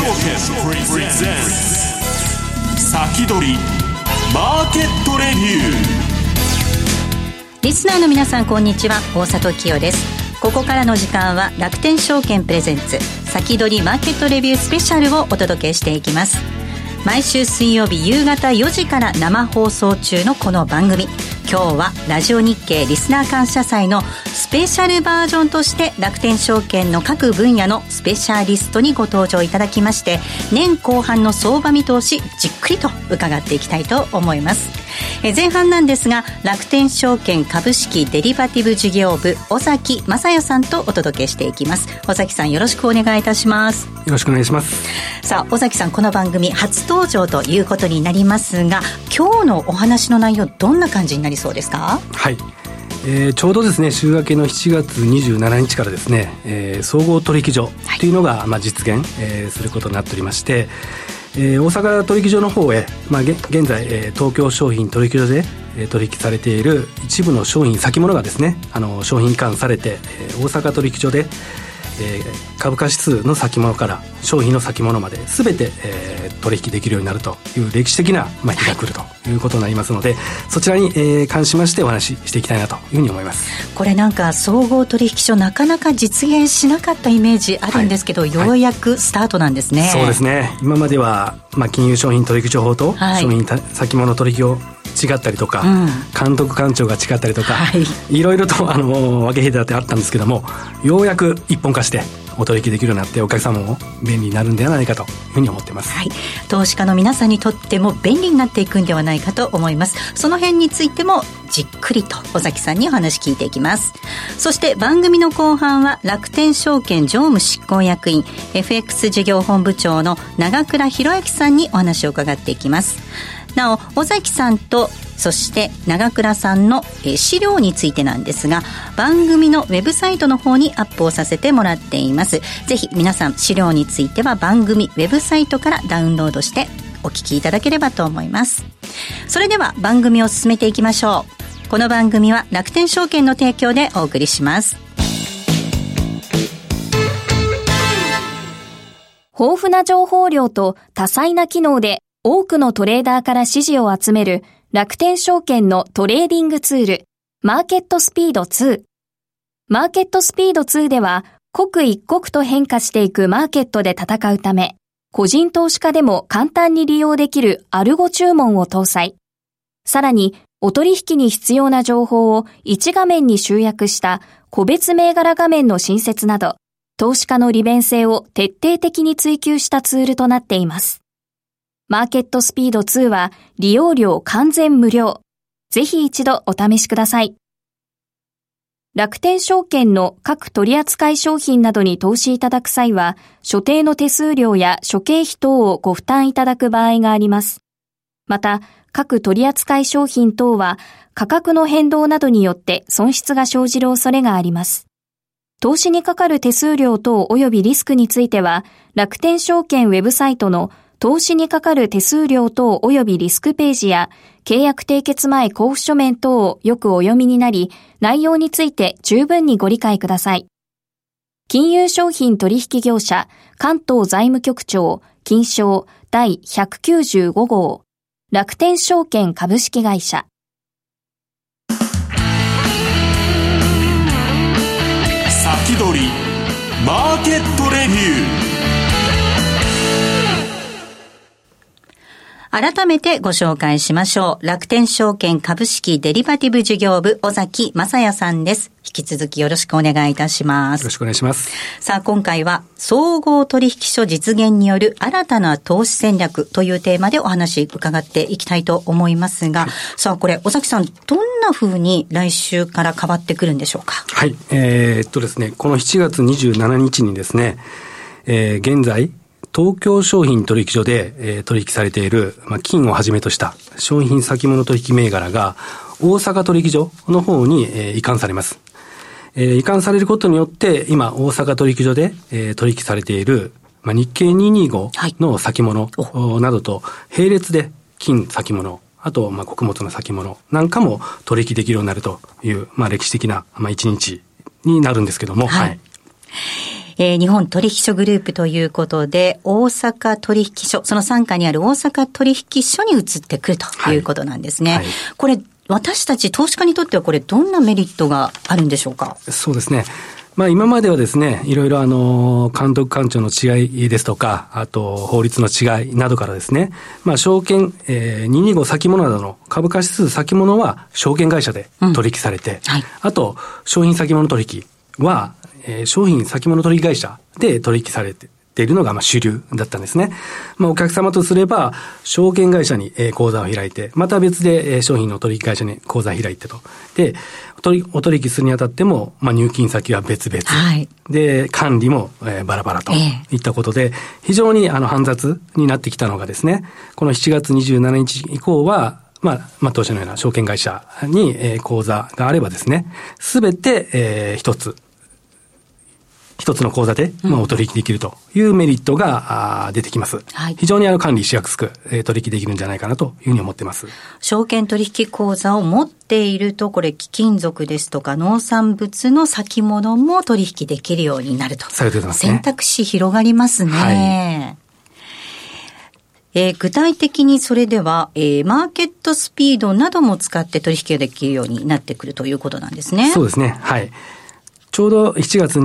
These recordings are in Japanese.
プレゼンツ先取りマーケットレビュー。 リスナーの皆さんこんにちは、大里清です。ここからの時間は楽天証券プレゼンツ先取りマーケットレビュースペシャルをお届けしていきます。毎週水曜日夕方4時から生放送中のこの番組、今日はラジオ日経リスナー感謝祭のスペシャルバージョンとして楽天証券の各分野のスペシャリストにご登場いただきまして、年後半の相場見通しじっくりと伺っていきたいと思います。前半なんですが、楽天証券株式デリバティブ事業部尾崎正也さんとお届けしていきます。尾崎さん、よろしくお願いいたします。 よろしくお願いします。 さあ、尾崎さん、この番組初登場ということになりますが、今日のお話の内容どんな感じになりそうですか？ はい、ちょうどですね、週明けの7月27日からですね、総合取引所というのが、実現、することになっておりまして、大阪取引所の方へ、現在、東京商品取引所で、取引されている一部の商品先物がですね、商品移管されて、大阪取引所で、株価指数の先物から商品の先物まで全て、取引できるようになるという歴史的な、日が来るということになりますので、そちらに、関しましてお話ししていきたいなというふうに思います。 これなんか総合取引所なかなか実現しなかったイメージあるんですけど、ようやくスタートなんですね。 そうですね。今までは、金融商品取引所法と商品先物取引を違ったりとか、監督官庁が違ったりとか、いろいろと分け隔てあったんですけども、ようやく一本化してお取引できるようになって、お客様も便利になるんではないかというふうに思っています。 投資家の皆さんにとっても便利になっていくんではないかと思います。その辺についてもじっくりと尾崎さんにお話聞いていきます。そして番組の後半は楽天証券常務執行役員 FX 事業本部長の長倉博之さんにお話を伺っていきます。なお、尾崎さんとそして長倉さんの資料についてなんですが、番組のウェブサイトの方にアップをさせてもらっています。ぜひ皆さん、資料については番組ウェブサイトからダウンロードしてお聞きいただければと思います。それでは番組を進めていきましょう。この番組は楽天証券の提供でお送りします。 豊富な情報量と多彩な機能で多くのトレーダーから支持を集める楽天証券のトレーディングツール、マーケットスピード2。マーケットスピード2では、刻一刻と変化していくマーケットで戦うため、個人投資家でも簡単に利用できるアルゴ注文を搭載。さらに、お取引に必要な情報を1画面に集約した個別銘柄画面の新設など、投資家の利便性を徹底的に追求したツールとなっています。マーケットスピード2は利用料完全無料。ぜひ一度お試しください。楽天証券の各取扱商品などに投資いただく際は、所定の手数料や諸経費等をご負担いただく場合があります。また、各取扱商品等は価格の変動などによって損失が生じる恐れがあります。投資にかかる手数料等及びリスクについては、楽天証券ウェブサイトの投資にかかる手数料等及びリスクページや契約締結前交付書面等をよくお読みになり、内容について十分にご理解ください。金融商品取引業者関東財務局長金商第195号楽天証券株式会社。 先取りマーケットレビュー。 改めてご紹介しましょう。楽天証券株式デリバティブ事業部尾崎正也さんです。引き続きよろしくお願いいたします。 よろしくお願いします。 さあ、今回は総合取引所実現による新たな投資戦略というテーマでお話伺っていきたいと思いますが、さあこれ尾崎さん、どんな風に来週から変わってくるんでしょうか？ はい、ですね、この7月27日にですね、現在東京商品取引所で、取引されている、金をはじめとした商品先物取引銘柄が大阪取引所の方に、移管されます。移管されることによって今大阪取引所で、取引されている、日経225の先物などと並列で金先物、あと穀物の先物なんかも取引できるようになるという、歴史的な、一日になるんですけども、 日本取引所グループということで、大阪取引所、その傘下にある大阪取引所に移ってくるということなんですね。これ、私たち投資家にとってはこれどんなメリットがあるんでしょうか？ そうですね。今まではですね、いろいろ監督官庁の違いですとか、あと法律の違いなどからですね、証券、225先物などの株価指数先物は証券会社で取引されて、あと商品先物取引は、商品先物取引会社で取引されているのが主流だったんですね。お客様とすれば、証券会社に口座を開いて、また別で商品の取引会社に口座を開いてと。で、お取引するにあたっても、入金先は別々。で、管理もバラバラといったことで、非常に煩雑になってきたのがですね、この7月27日以降は、当社のような証券会社に口座があればですね、すべて一つの口座でお取引できるというメリットが出てきます。非常に管理しやすく取引できるんじゃないかなというふうに思っています。 証券取引口座を持っていると、これ貴金属ですとか農産物の先物も取引できるようになると。 されてますね。 選択肢広がりますね。具体的にそれでは、マーケットスピードなども使って取引ができるようになってくるということなんですね。 そうですね。はい。ちょうど7月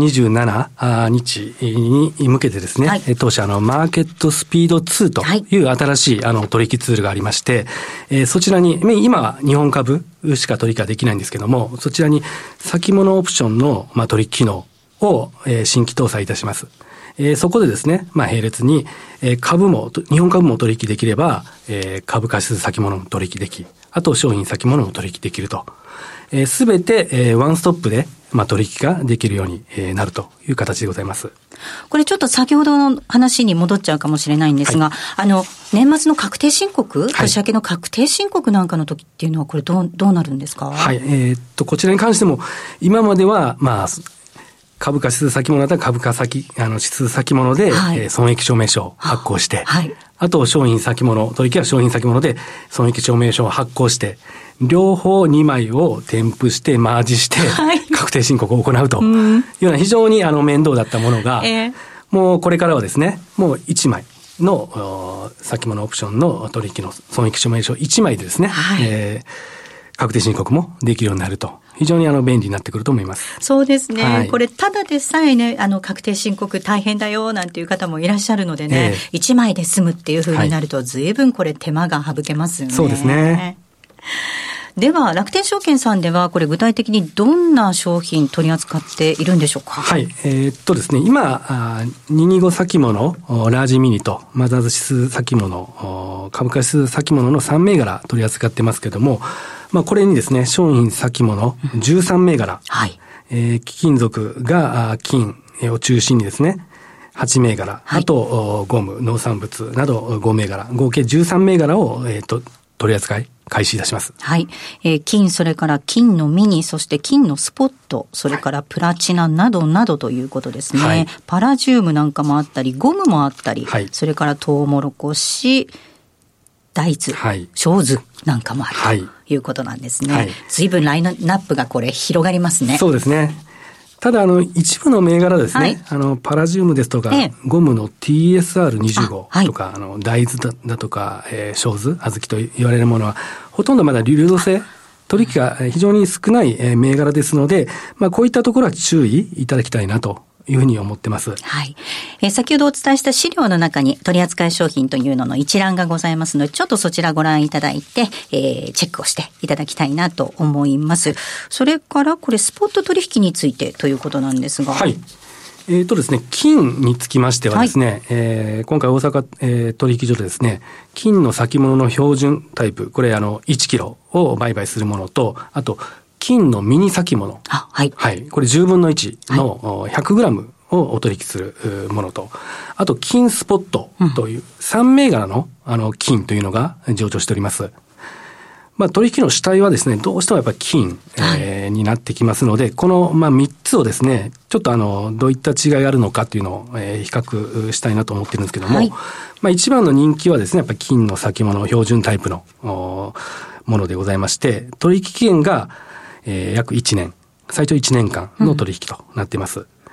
27日に向けてですね、当社マーケットスピード2という新しい取引ツールがありまして、そちらに、今は日本株しか取引ができないんですけども、そちらに先物オプションの取引機能を新規搭載いたします。そこでですね、並列に日本株も取引できれば、株価指数先物も取引でき、あと商品先物も取引できると。すべてワンストップで取引ができるようになるという形でございます。 これちょっと先ほどの話に戻っちゃうかもしれないんですが、年末の確定申告、年明けの確定申告なんかの時っていうのはこれどうなるんですか？ はい、こちらに関しても今までは株価指数先物だったら株価指数先物で、損益証明書を発行して、あと商品先物、取引は商品先物で損益証明書を発行して、両方2枚を添付してマージして、確定申告を行うというような非常に面倒だったものが、もうこれからはですね、もう1枚の先物オプションの取引の損益証明書1枚でですね、確定申告もできるようになると。非常に便利になってくると思います。 そうですね。これただでさえね、確定申告大変だよなんていう方もいらっしゃるのでね、1枚で済むっていう風になると随分これ手間が省けますよね。 そうですね。 では楽天証券さんではこれ具体的にどんな商品取り扱っているんでしょうか？ はい。ですね、今、225先物、ラージミニとマザーズ指数先物、株価指数先物の3銘柄取り扱ってますけども、これにですね、商品先物13銘柄、貴金属が金を中心にですね、8銘柄、あとゴム、農産物など5銘柄、合計13銘柄を、取り扱い開始いたします。 はい。金、それから金のミニ、そして金のスポット、それからプラチナなどなどということですね。パラジウムなんかもあったり、ゴムもあったり、それからトウモロコシ、大豆、小豆なんかもあるということなんですね。随分ラインナップがこれ広がりますね。 そうですね。ただ一部の銘柄ですね、パラジウムですとか、ゴムの TSR25 とか、大豆だとか、小豆、小豆と言われるものは、ほとんどまだ流動性、取引が非常に少ない銘柄ですので、こういったところは注意いただきたいなというふうに思ってます。 はい。先ほどお伝えした資料の中に取扱い商品というのの一覧がございますので、ちょっとそちらご覧いただいて、チェックをしていただきたいなと思います。それからこれスポット取引についてということなんですが。はい。 ですね、金につきましてはですね、今回大阪、取引所でですね、金の先物の標準タイプ、これ1キロを売買するものと、あと、金のミニ先物。はい。これ10分の1の100グラムをお取引するものと、あと、金スポットという3銘柄の金というのが上場しております。取引の主体はですね、どうしてもやっぱり金、になってきますので、この3つをですね、ちょっとどういった違いがあるのかっていうのを比較したいなと思ってるんですけども、一番の人気はですね、やっぱり金の先物標準タイプのものでございまして、取引期限が約1年、最長1年間の取引となっています。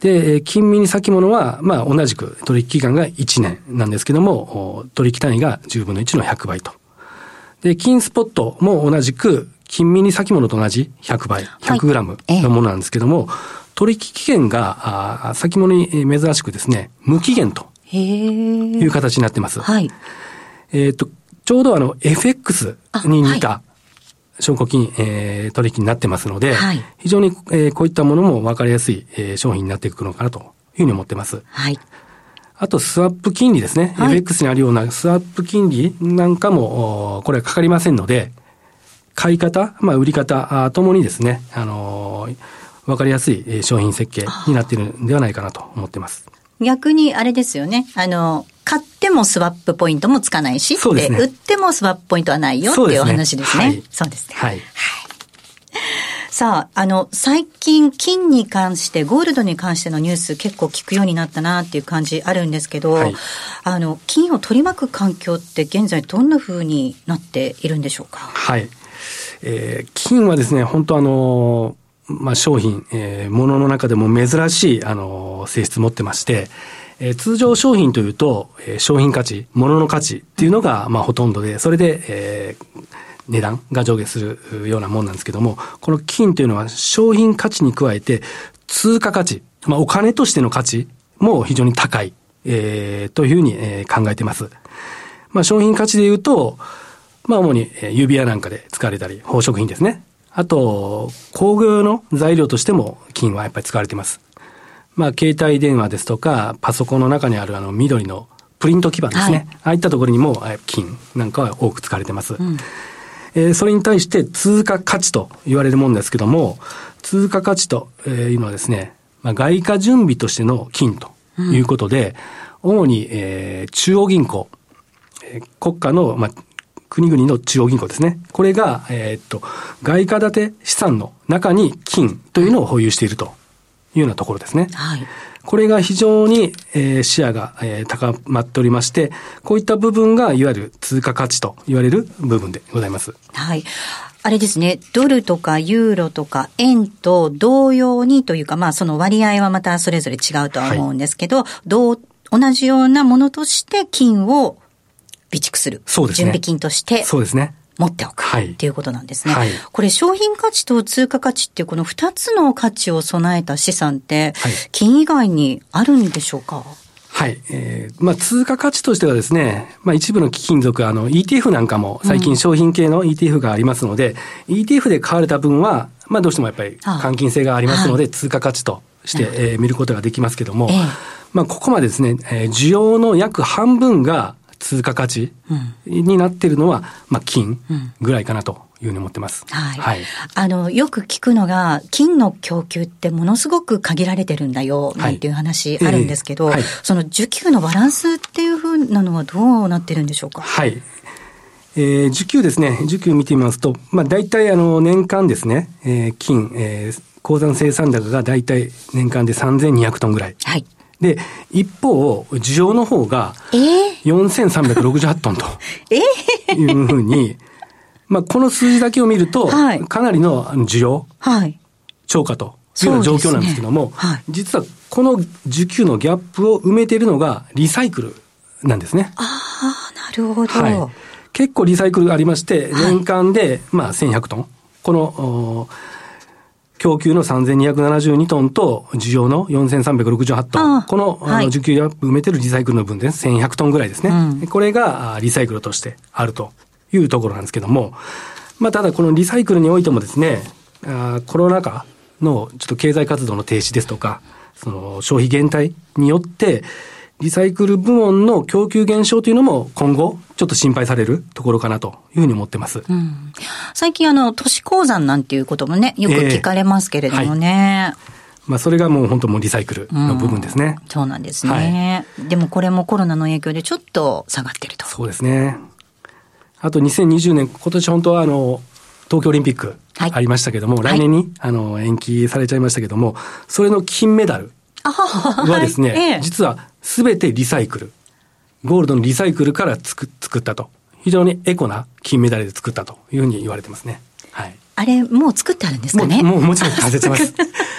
で、金ミニ先物は、同じく取引期間が1年なんですけども、取引単位が10分の1の100倍と。で、金スポットも同じく、金ミニ先物と同じ100倍、100グラムのものなんですけども、取引期限が、先物に珍しくですね、無期限という形になってます。はい。ちょうどFX に似た証拠金、取引になってますので、はい、非常に、こういったものも分かりやすい、商品になっていくのかなというふうに思ってます。はい。あと、スワップ金利ですね。はい、FX にあるようなスワップ金利なんかも、これはかかりませんので、買い方、売り方ともにですね、分かりやすい商品設計になっているんではないかなと思っています。 逆にあれですよね。買ってもスワップポイントもつかないし、そうですね、売ってもスワップポイントはないよっていうお話ですね。はい、そうですね。はい。はい、さあ、最近金に関して、ゴールドに関してのニュース結構聞くようになったなっていう感じあるんですけど、はい、金を取り巻く環境って現在どんな風になっているんでしょうか。 はい。金はですね、本当商品、物の中でも珍しい、性質持ってまして、通常商品というと、商品価値、物の価値っていうのが、ほとんどで、それで、値段が上下するようなもんなんですけども、この金というのは商品価値に加えて、通貨価値、お金としての価値も非常に高い、というふうに、考えています。商品価値でいうと、主に指輪なんかで使われたり、宝飾品ですね。あと、工業用の材料としても金はやっぱり使われています。携帯電話ですとか、パソコンの中にある緑のプリント基板ですね。はい、ああいったところにも金なんかは多く使われています。それに対して通貨価値と言われるものですけども、通貨価値というのはですね、外貨準備としての金ということで、主に中央銀行、国家の国々の中央銀行ですね。これが、外貨建て資産の中に金というのを保有しているというようなところですね。はい。これが非常に、シェアが、高まっておりまして、こういった部分がいわゆる通貨価値と言われる部分でございます。はい。 あれですね、ドルとかユーロとか円と同様にというか、その割合はまたそれぞれ違うとは思うんですけど、はい、同じようなものとして金を備蓄する。そうですね。準備金として。そうですね。持っておく。はい。っていうことなんですね。はい。これ商品価値と通貨価値っていうこの2つの価値を備えた資産って、はい、金以外にあるんでしょうか。 はい。通貨価値としてはですね、一部の貴金属、ETF なんかも最近商品系の ETF がありますので、ETF で買われた分は、どうしてもやっぱり換金性がありますので、通貨価値として、見ることができますけども、ここまでですね、需要の約半分が通貨価値になっているのは、金ぐらいかなというふうに思ってます。はい。 はい。よく聞くのが、金の供給ってものすごく限られてるんだよ、なんていう話あるんですけど、その需給のバランスっていうふうなのはどうなってるんでしょうか。 はい。需給ですね。需給見てみますと、大体年間ですね、金、鉱山生産高が大体年間で3200トンぐらい。はい。で、一方、需要の方が、4368トンというふうに、この数字だけを見ると、かなりの需要、超過というような状況なんですけども、実はこの需給のギャップを埋めているのがリサイクルなんですね。 ああ、なるほど。はい。 結構リサイクルがありまして、年間で、1100トン。この、供給の3272トンと需要の4368トン。この、需給ギャップ埋めてるリサイクルの分です。1100トンぐらいですね。これがリサイクルとしてあるというところなんですけども、ただこのリサイクルにおいてもですね、コロナ禍のちょっと経済活動の停止ですとか、その消費減退によって、リサイクル部門の供給減少というのも今後ちょっと心配されるところかなというふうに思ってます。 最近都市鉱山なんていうこともね、よく聞かれますけれどもね。 それがもう本当もうリサイクルの部分ですね。 そうなんですね。でもこれもコロナの影響でちょっと下がってると。 そうですね。あと2020年、今年本当は東京オリンピックありましたけども、来年に延期されちゃいましたけども、それの金メダルはですね、実はすべてリサイクル。ゴールドのリサイクルから作ったと。非常にエコな金メダルで作ったというふうに言われてますね。はい。 あれ、もう作ってあるんですかね。 もちろん完成してます。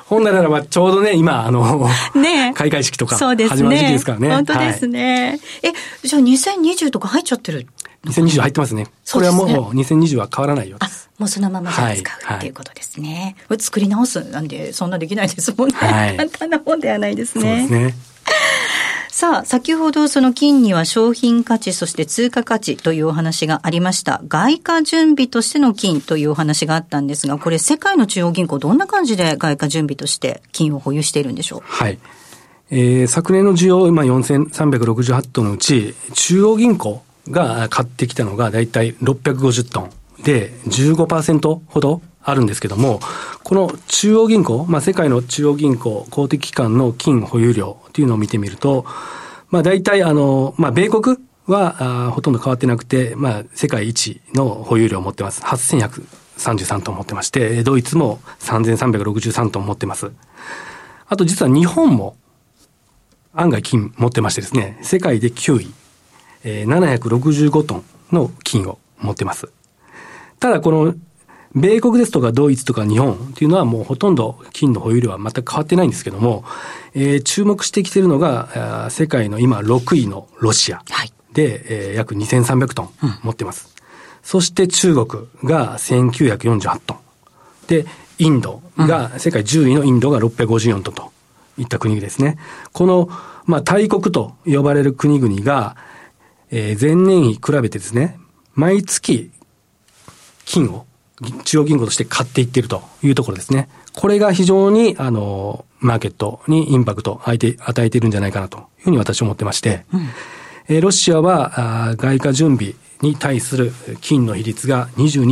本来ならばちょうどね、今、 ね、 開会式とかそうですね、 始まる時期ですからね。 本当ですね。はい、じゃあ2020とか入っちゃってる ？2020入ってますね。これはもう2020は変わらないようです。 もうそのままじゃ使うっていうことですね。作り直すなんでそんなできないですもんね。簡単なもんではないですね。 そうですね。 さあ、先ほどその金には商品価値そして通貨価値というお話がありました。外貨準備としての金というお話があったんですが、これ世界の中央銀行どんな感じで外貨準備として金を保有しているんでしょう？ はい。昨年の需要、今4368トンのうち、中央銀行が買ってきたのがだいたい650トンで 15% ほどあるんですけども、この中央銀行、世界の中央銀行公的機関の金保有量というのを見てみると、大体米国はほとんど変わってなくて、世界一の保有量を持ってます。8133トン持ってまして、ドイツも3363トン持ってます。あと実は日本も案外金持ってましてですね、世界で9位、765トンの金を持ってます。ただこの米国ですとかドイツとか日本っていうのはもうほとんど金の保有量は全く変わってないんですけども、注目してきているのが世界の今6位のロシアで、約2300トン持ってます。そして中国が1948トンで、インドが、世界10位のインドが654トンといった国ですね。この大国と呼ばれる国々が、前年比比べてですね、毎月金を中央銀行として買っていっているというところですね。これが非常にマーケットにインパクトを与えているんじゃないかなというふうに私は思ってまして、ロシアは外貨準備に対する金の比率が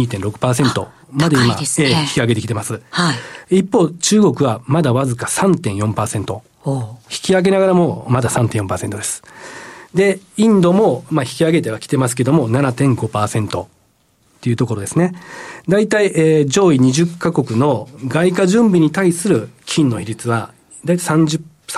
22.6% まで今、引き上げてきてます。一方中国はまだわずか 3.4%、 引き上げながらもまだ 3.4% です。でインドも引き上げてはきてますけども 7.5% っていうところですね。だいたい上位20カ国の外貨準備に対する金の比率はだいたい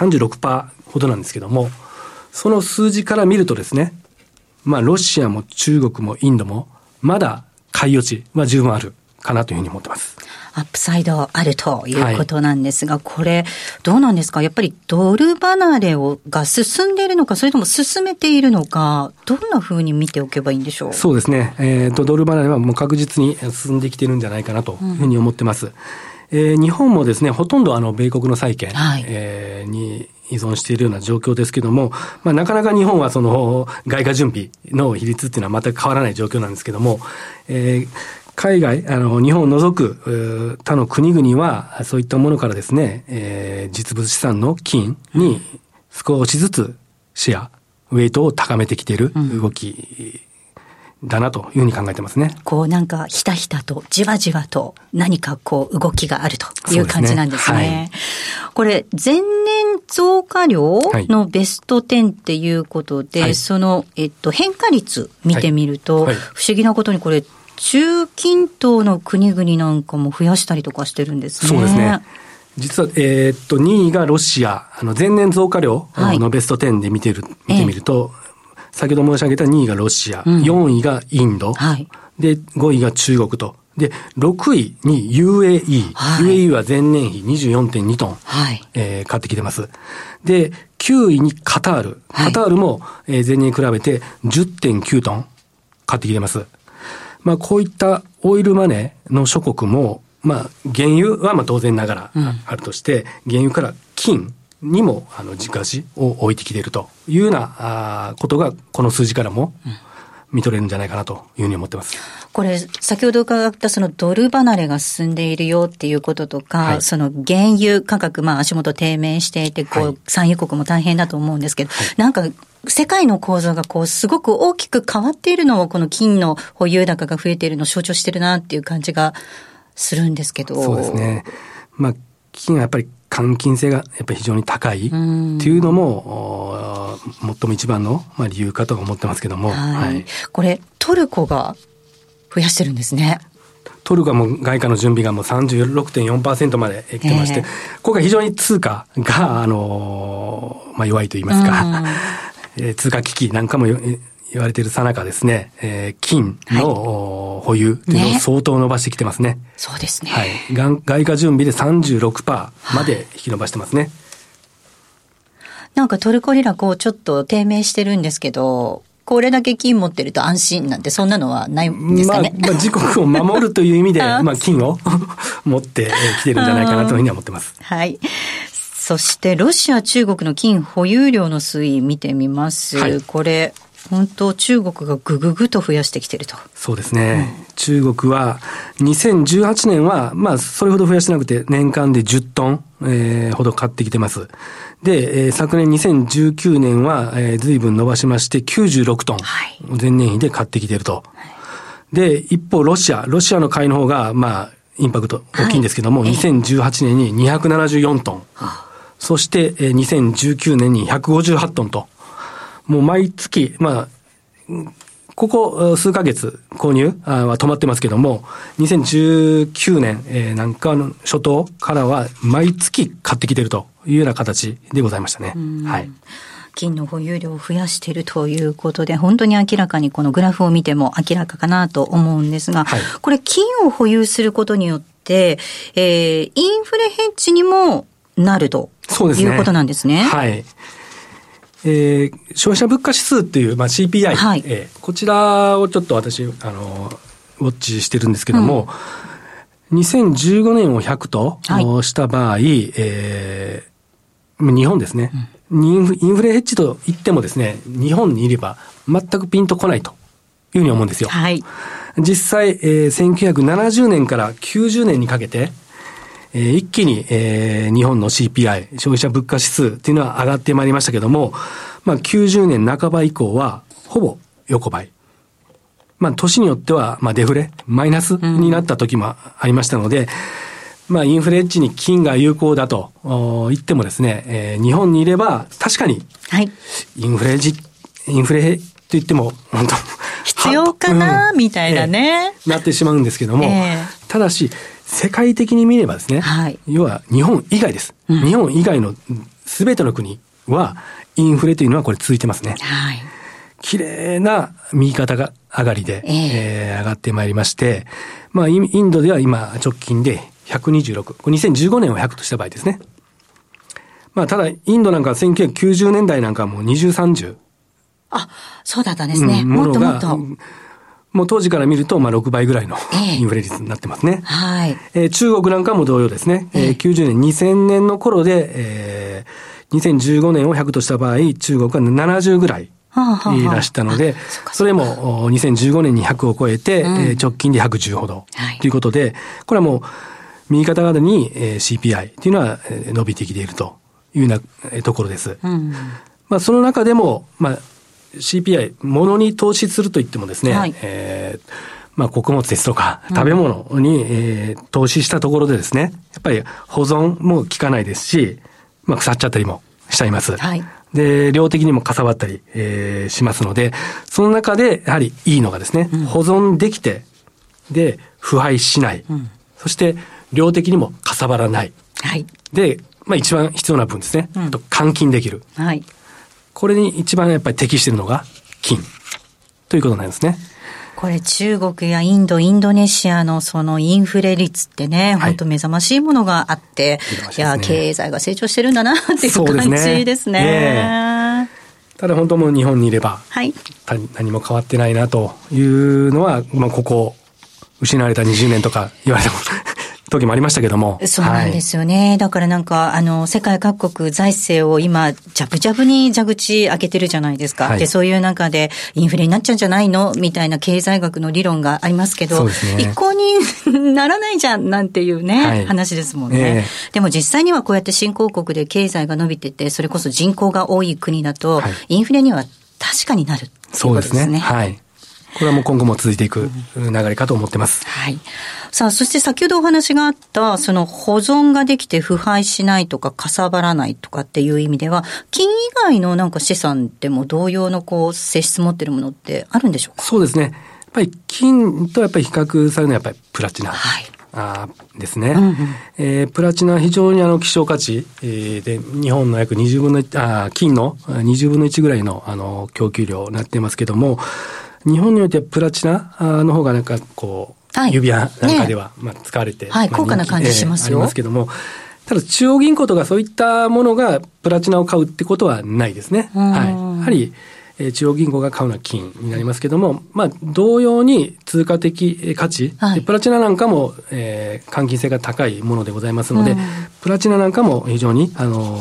36% ほどなんですけども、その数字から見るとですね、ロシアも中国もインドもまだ買い余地は十分あるかなというふうに思ってます。 アップサイドあるということなんですが、これどうなんですか？やっぱりドル離れが進んでいるのか、それとも進めているのか、どんなふうに見ておけばいいんでしょう？ そうですね、ドル離れはもう確実に進んできているんじゃないかなというふうに思ってます。日本もですね、ほとんど米国の債券、に依存しているような状況ですけども、なかなか日本はその外貨準備の比率っていうのは全く変わらない状況なんですけども、海外、日本を除く他の国々はそういったものからですね、実物資産の金に少しずつシェア、ウェイトを高めてきている動きだなというふうに考えてますね。 なんかひたひたとじわじわと何か動きがあるという感じなんですね。これ前年増加量のベスト10っていうことで、その、変化率見てみると、不思議なことにこれ中近東の国々なんかも増やしたりとかしてるんですね。 そうですね。実は、2位がロシア、前年増加量のベスト10で見てみると、先ほど申し上げた2位がロシア、4位がインド、で、5位が中国と。で、6位に UAE。UAE は前年比 24.2 トン、買ってきてます。で、9位にカタール。カタールも、前年に比べて 10.9 トン買ってきてます。こういったオイルマネーの諸国も、原油は当然ながらあるとして、原油から金にも軸足を置いてきているというようなことがこの数字からも見取れるんじゃないかなというふうに思ってます。 これ先ほど伺ったそのドル離れが進んでいるよっていうこととか、その原油価格足元低迷していて産油国も大変だと思うんですけど、なんか世界の構造がすごく大きく変わっているのをこの金の保有高が増えているのを象徴してるなっていう感じがするんですけど。 そうですね。金はやっぱり換金性がやっぱり非常に高いっていうのも最も一番の理由かと思ってますけども、 これトルコが増やしてるんですね。 トルコはもう外貨の準備がもう 36.4% まで来てまして、今回非常に通貨が弱いと言いますか、通貨危機なんかも言われている最中ですね、金の、 保有っていうのを相当伸ばしてきてますね。 そうですね。 はい。外貨準備で 36% まで引き伸ばしてますね。 なんかトルコリラちょっと低迷してるんですけど、これだけ金持ってると安心なんてそんなのはないんですかね。 自国を守るという意味で金を持ってきてるんじゃないかなというふうには思ってます。 はい。そしてロシア、中国の金保有量の推移見てみます。はい、これ本当中国がぐぐぐと増やしてきてると。 そうですね。中国は2018年はそれほど増やしてなくて年間で10トン、ほど買ってきてます。で、昨年2019年は、随分伸ばしまして96トン、前年比で買ってきていると。で、一方ロシアの買いの方がインパクト大きいんですけども、2018年に274トン、そして、2019年に158トンと、もう毎月ここ数ヶ月購入は止まってますけども、2019年なんかの初頭からは毎月買ってきているというような形でございましたね。はい。 金の保有量を増やしているということで、本当に明らかにこのグラフを見ても明らかかなと思うんですが、これ金を保有することによって、インフレヘッジにもなるということなんですね。 はい。消費者物価指数っていう、CPI、はい、こちらをちょっと私ウォッチしてるんですけども、2015年を100とした場合、日本ですね、インフレヘッジといってもですね、日本にいれば全くピンとこないというふうに思うんですよ。 はい、 実際、1970年から90年にかけて一気に、日本の CPI 消費者物価指数っていうのは上がってまいりましたけども、90年半ば以降はほぼ横ばい。年によってはデフレマイナスになった時もありましたので、インフレヘッジに金が有効だと言ってもですね、日本にいれば確かにインフレと言っても本当必要かなみたいなね、 なってしまうんですけども、ただし世界的に見ればですね、要は日本以外です。日本以外の全ての国はインフレというのはこれ続いてますね。綺麗な右肩が上がりで、上がってまいりまして、インドでは今直近で126、これ2015年を100とした場合ですね。ただインドなんか1990年代なんかはもう20、30。 そうだったんですね。もっともっと。 もう当時から見ると6倍ぐらいのインフレ率になってますね。中国なんかも同様ですね。90年、2000年の頃で、2015年を100とした場合、中国は70ぐらいいらしたので、それも2015年に100を超えて、直近で110ほどということで、これはもう右肩上がりに CPI というのは伸びてきているというようなところです。その中でも、CPI、物に投資するといってもですね、穀物ですとか食べ物に、投資したところでですね、やっぱり保存も効かないですし、腐っちゃったりもしちゃいます。で、量的にもかさばったり、しますので、その中でやはりいいのがですね、保存できて、で、腐敗しない。そして、量的にもかさばらない。で、一番必要な分ですね、換金できる。これに一番やっぱり適しているのが金ということなんですね。 これ中国やインドネシアのそのインフレ率ってね、本当目覚ましいものがあって、いや、経済が成長してるんだなっていう感じですね。 ただ本当もう日本にいれば、何も変わってないなというのは、ここ失われた20年とか言われても時もありましたけども。 そうなんですよね。だからなんか、世界各国財政を今、ジャブジャブに蛇口開けてるじゃないですか。で、そういう中で、インフレになっちゃうんじゃないのみたいな経済学の理論がありますけど、一向にならないじゃんなんていうね、話ですもんね。でも実際にはこうやって新興国で経済が伸びてて、それこそ人口が多い国だと、インフレには確かになるっていうことですね。 そうですね。これはもう今後も続いていく流れかと思ってます。 さあ、そして先ほどお話があった、その保存ができて腐敗しないとかかさばらないとかっていう意味では、金以外のなんか資産でも同様の性質持ってるものってあるんでしょうか？ そうですね。やっぱり金とやっぱり比較されるのはやっぱりプラチナ。ですね。プラチナは非常に希少価値、で、日本の約20分の1、金の20分の1ぐらいの供給量になってますけども、 日本においてはプラチナの方がなんかこう、はい、指輪なんかでは、使われて、 はい、高価な感じしますよ。 ありますけども、ただ中央銀行とかそういったものがプラチナを買うってことはないですね。はい。やはり、中央銀行が買うのは金になりますけども、同様に通貨的価値、はい、プラチナなんかも、換金性が高いものでございますので、プラチナなんかも非常に、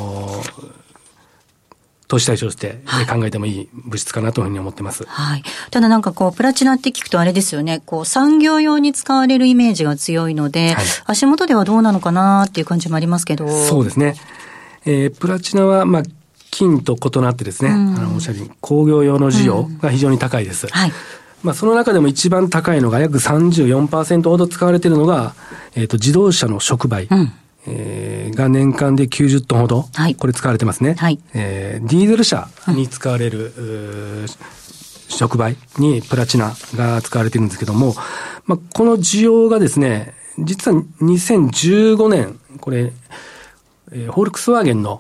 投資対象として考えてもいい物質かなというふうに思ってます。 はい。ただなんかこう、プラチナって聞くとあれですよね、こう、産業用に使われるイメージが強いので、はい、足元ではどうなのかなっていう感じもありますけど。 そうですね。プラチナは、金と異なってですね、おっしゃるように工業用の需要が非常に高いです。はい。その中でも一番高いのが約 34% ほど使われているのが、自動車の触媒。が年間で90トンほど、はい、これ使われてますね。はい。ディーゼル車に使われる、触媒にプラチナが使われてるんですけども、この需要がですね、実は2015年、これ、フォルクスワーゲンの、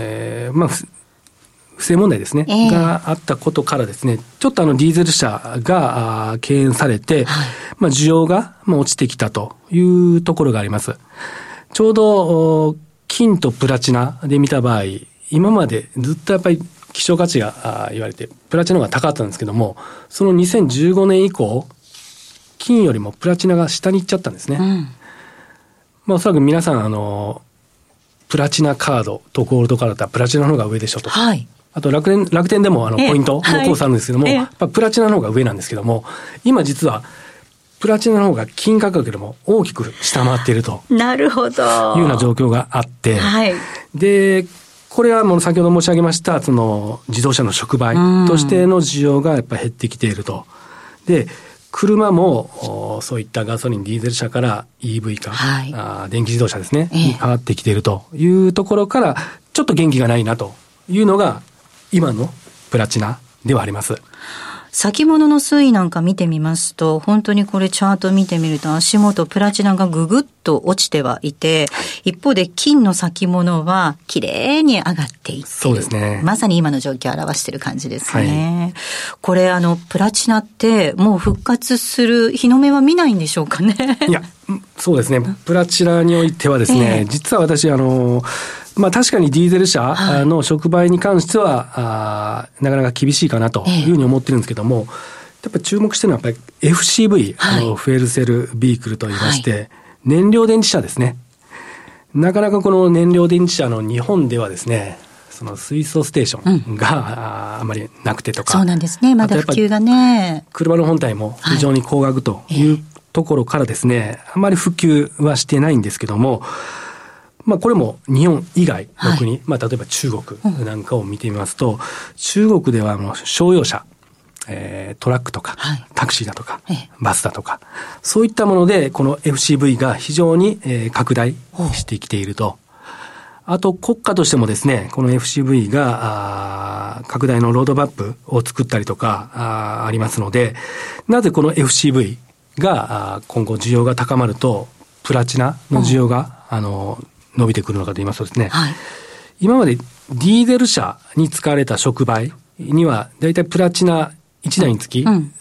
不正問題ですね、があったことからですね、ちょっとディーゼル車が敬遠されて、はい、需要が落ちてきたというところがあります。ちょうど金とプラチナで見た場合、今までずっとやっぱり希少価値が言われて、プラチナが高かったんですけども、その2015年以降、金よりもプラチナが下に行っちゃったんですね。おそらく皆さんプラチナカードとゴールドカードだったらプラチナの方が上でしょと。はい。あと楽天でもポイントのコースあるんですけども、やっぱプラチナの方が上なんですけども、今実はプラチナの方が金価格よりも大きく下回っていると。 なるほど。 いうような状況があって。はい。で、これはもう先ほど申し上げました、その自動車の触媒としての需要がやっぱり減ってきていると。で、車もそういったガソリン、ディーゼル車から EV 化、はい、電気自動車ですね、に変わってきているというところから、ちょっと元気がないなというのが今のプラチナではあります。 先物の推移なんか見てみますと、本当にこれチャート見てみると足元プラチナがぐぐっと落ちてはいて、一方で金の先物は綺麗に上がっていっている。 そうですね。 まさに今の状況を表している感じですね。はい、これプラチナってもう復活する日の目は見ないんでしょうかね。 いや、そうですね。プラチナにおいてはですね、実は私確かにディーゼル車の触媒に関しては、なかなか厳しいかなというふうに思ってるんですけども、やっぱり注目してるのはやっぱり FCV、フエルセルビークルと言いまして、燃料電池車ですね。なかなかこの燃料電池車の日本ではですね、その水素ステーションがあまりなくてとか。 そうなんですね。まだ普及がね。 車の本体も非常に高額というところからですね、あまり普及はしてないんですけども、これも日本以外の国、例えば中国なんかを見てみますと、中国では商用車、トラックとか、タクシーだとか、バスだとか、そういったもので、この FCV が非常に拡大してきていると。あと、国家としてもですね、この FCV が拡大のロードマップを作ったりとかありますので、なぜこの FCV が今後需要が高まると、プラチナの需要が伸びてくるのかと言いますとですね、今までディーゼル車に使われた触媒にはだいたいプラチナ1台につき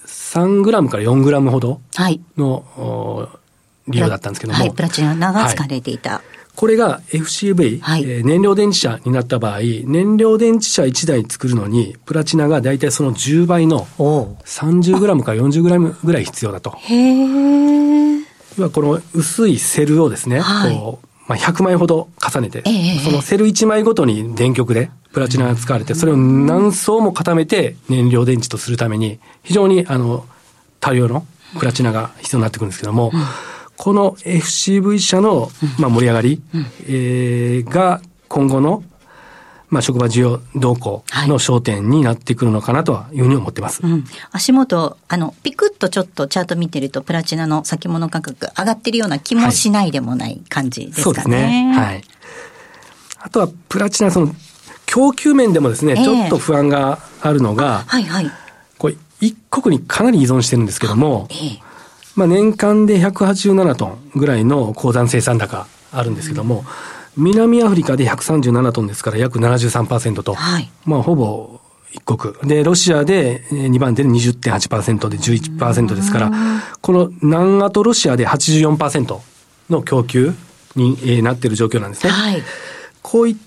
3グラムから4グラムほどの利用だったんですけども、 プラチナが使われていた。 これが FCV、燃料電池車になった場合、燃料電池車1台作るのにプラチナがだいたいその10倍の30グラムから40グラムぐらい必要だと。要はこの薄いセルをですね、100枚ほど重ねて、そのセル1枚ごとに電極でプラチナが使われて、それを何層も固めて燃料電池とするために、非常に大量のプラチナが必要になってくるんですけども、この FCV 車の盛り上がりが今後の職場需要動向の焦点になってくるのかなというふうに思ってます。 足元、ピクッとちょっとチャート見てると、プラチナの先物価格上がってるような気もしないでもない感じですかね。そうですね。はい。あとは、プラチナ、供給面でもですね、ちょっと不安があるのが、これ、一国にかなり依存してるんですけども、年間で187トンぐらいの鉱山生産高あるんですけども、南アフリカで137トンですから約 73% と、ほぼ一国。で、ロシアで2番手で 20.8% で 11% ですから、この南アとロシアで 84% の供給になっている状況なんですね。はい、こういった、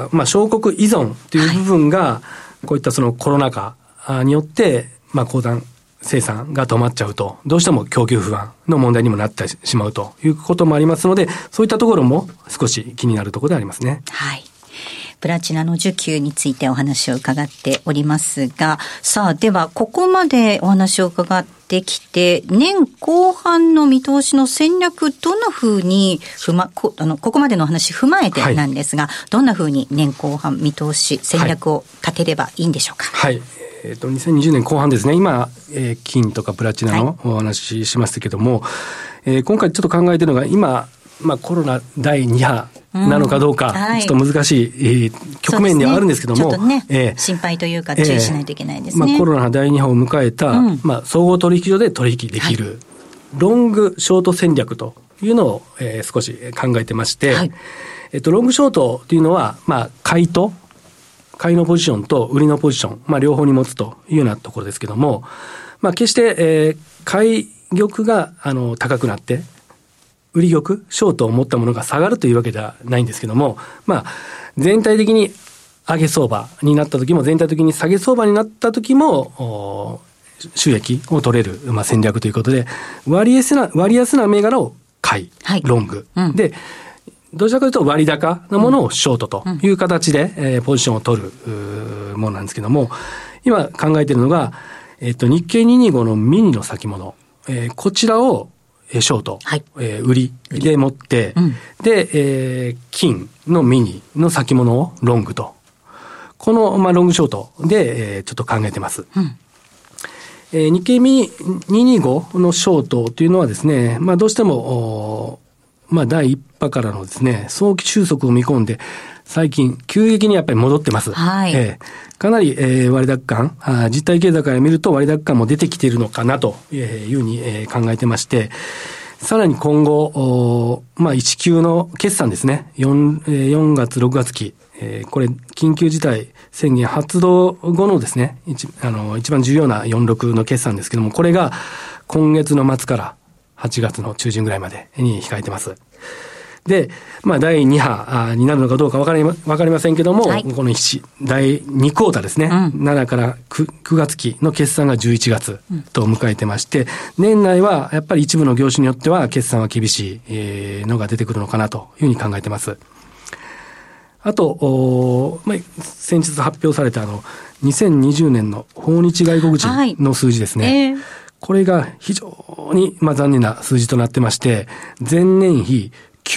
小国依存という部分が、こういったそのコロナ禍によって、鉱山生産が止まっちゃうと、どうしても供給不安の問題にもなってしまうということもありますので、そういったところも少し気になるところでありますね。 はい。プラチナの需給についてお話を伺っておりますが、さあ、では、ここまでお話を伺ってきて、年後半の見通しの戦略、どんな風にここまでのお話踏まえてなんですが、どんな風に年後半見通し、戦略を立てればいいんでしょうか。 はい。2020年後半ですね、今、金とかプラチナのお話ししましたけども、今回ちょっと考えているのが、今、コロナ第2波なのかどうか、ちょっと難しい、局面ではあるんですけども、 ちょっとね、心配というか注意しないといけないですね。 コロナ第2波を迎えた、総合取引所で取引できる、ロングショート戦略というのを、少し考えてまして、ロングショートというのは、買いのポジションと売りのポジション、両方に持つというようなところですけども、決して、買い玉が高くなって、売り玉、ショートを持ったものが下がるというわけではないんですけども、全体的に上げ相場になった時も、全体的に下げ相場になった時も、収益を取れる、戦略ということで、割安な銘柄を買い、ロング。で、どちらかというと割高なものをショートという形で、ポジションを取るものなんですけども、今考えているのが、日経225のミニの先物、こちらをショート、売りで持って、で、金のミニの先物をロングと。この、ロングショートで、ちょっと考えてます。日経225のショートというのはですね、どうしても、第1波からのですね、早期収束を見込んで、最近、急激にやっぱり戻ってます。かなり、割高感、実体経済から見ると割高感も出てきているのかなというふうに、考えてまして、さらに今後、1級の決算ですね、4月、6月期、これ、緊急事態宣言発動後のですね、一番重要な46の決算ですけども、これが今月の末から8月の中旬ぐらいまでに控えてます。で、第2波になるのかどうかわかりませんけども、この第2クォーターですね、7から 9月期の決算が11月と迎えてまして、年内はやっぱり一部の業種によっては決算は厳しいのが出てくるのかなというふうに考えてます。あと、先日発表された2020年の訪日外国人の数字ですね。これが非常に残念な数字となってまして、前年比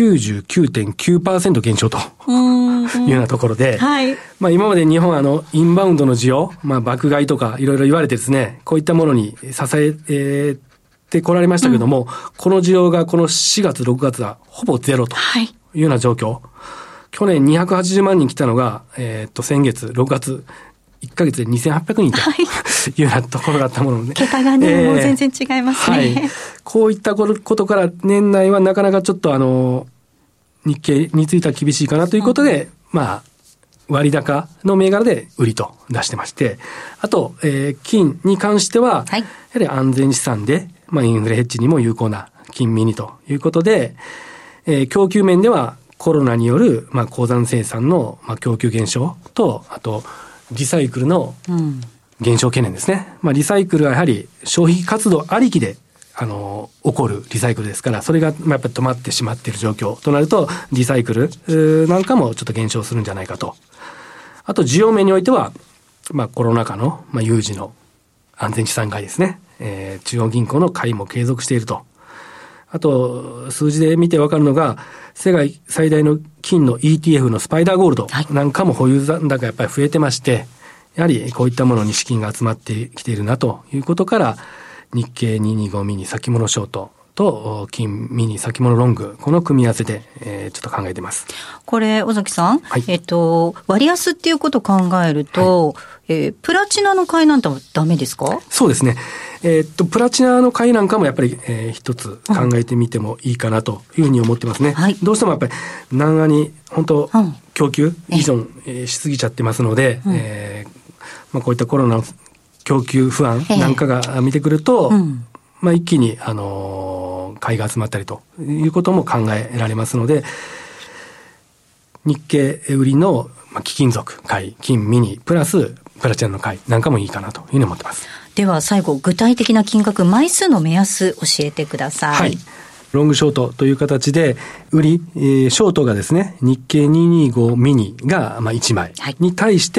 99.9% 減少というようなところで、今まで日本インバウンドの需要、爆買いとかいろいろ言われてですね、こういったものに支えてこられましたけども、この需要がこの4月、6月はほぼゼロというような状況。去年280万人来たのが、先月、6月、1ヶ月で2800人というようなところだったもので。 桁がね、もう全然違いますね。 こういったことから年内はなかなかちょっと日経については厳しいかなということで、割高の銘柄で売りと出してまして、あと、金に関しては、やはり安全資産で、インフレヘッジにも有効な金ミニということで、供給面ではコロナによる、鉱山生産の、供給減少と、あと、リサイクルの減少懸念ですね。リサイクルはやはり消費活動ありきで、起こるリサイクルですから、それがやっぱり止まってしまっている状況となると、リサイクルなんかもちょっと減少するんじゃないかと。あと、需要面においては、コロナ禍の、有事の安全資産買いですね。中央銀行の買いも継続していると。あと、数字で見てわかるのが、世界最大の金の ETF のスパイダーゴールドなんかも保有残高やっぱり増えてまして、やはりこういったものに資金が集まってきているなということから、日経225ミニ先物ショートと金ミニ先物ロング、この組み合わせで、ちょっと考えています。 これ、尾崎さん、割安っていうことを考えると、プラチナの買いなんてダメですか？ そうですね。プラチナの買いなんかもやっぱり、一つ考えてみてもいいかなというふうに思ってますね。どうしてもやっぱり南アに本当、供給依存、しすぎちゃってますので、 こういったコロナの供給不安なんかが見てくると、一気に、買いが集まったりということも考えられますので、日経売りの貴金属買い、金ミニプラスプラチナの買いなんかもいいかなというふうに思ってます。 では最後、具体的な金額、枚数の目安教えてください。 はい。ロングショートという形で、売り、ショートがですね、日経225ミニが1枚に対して、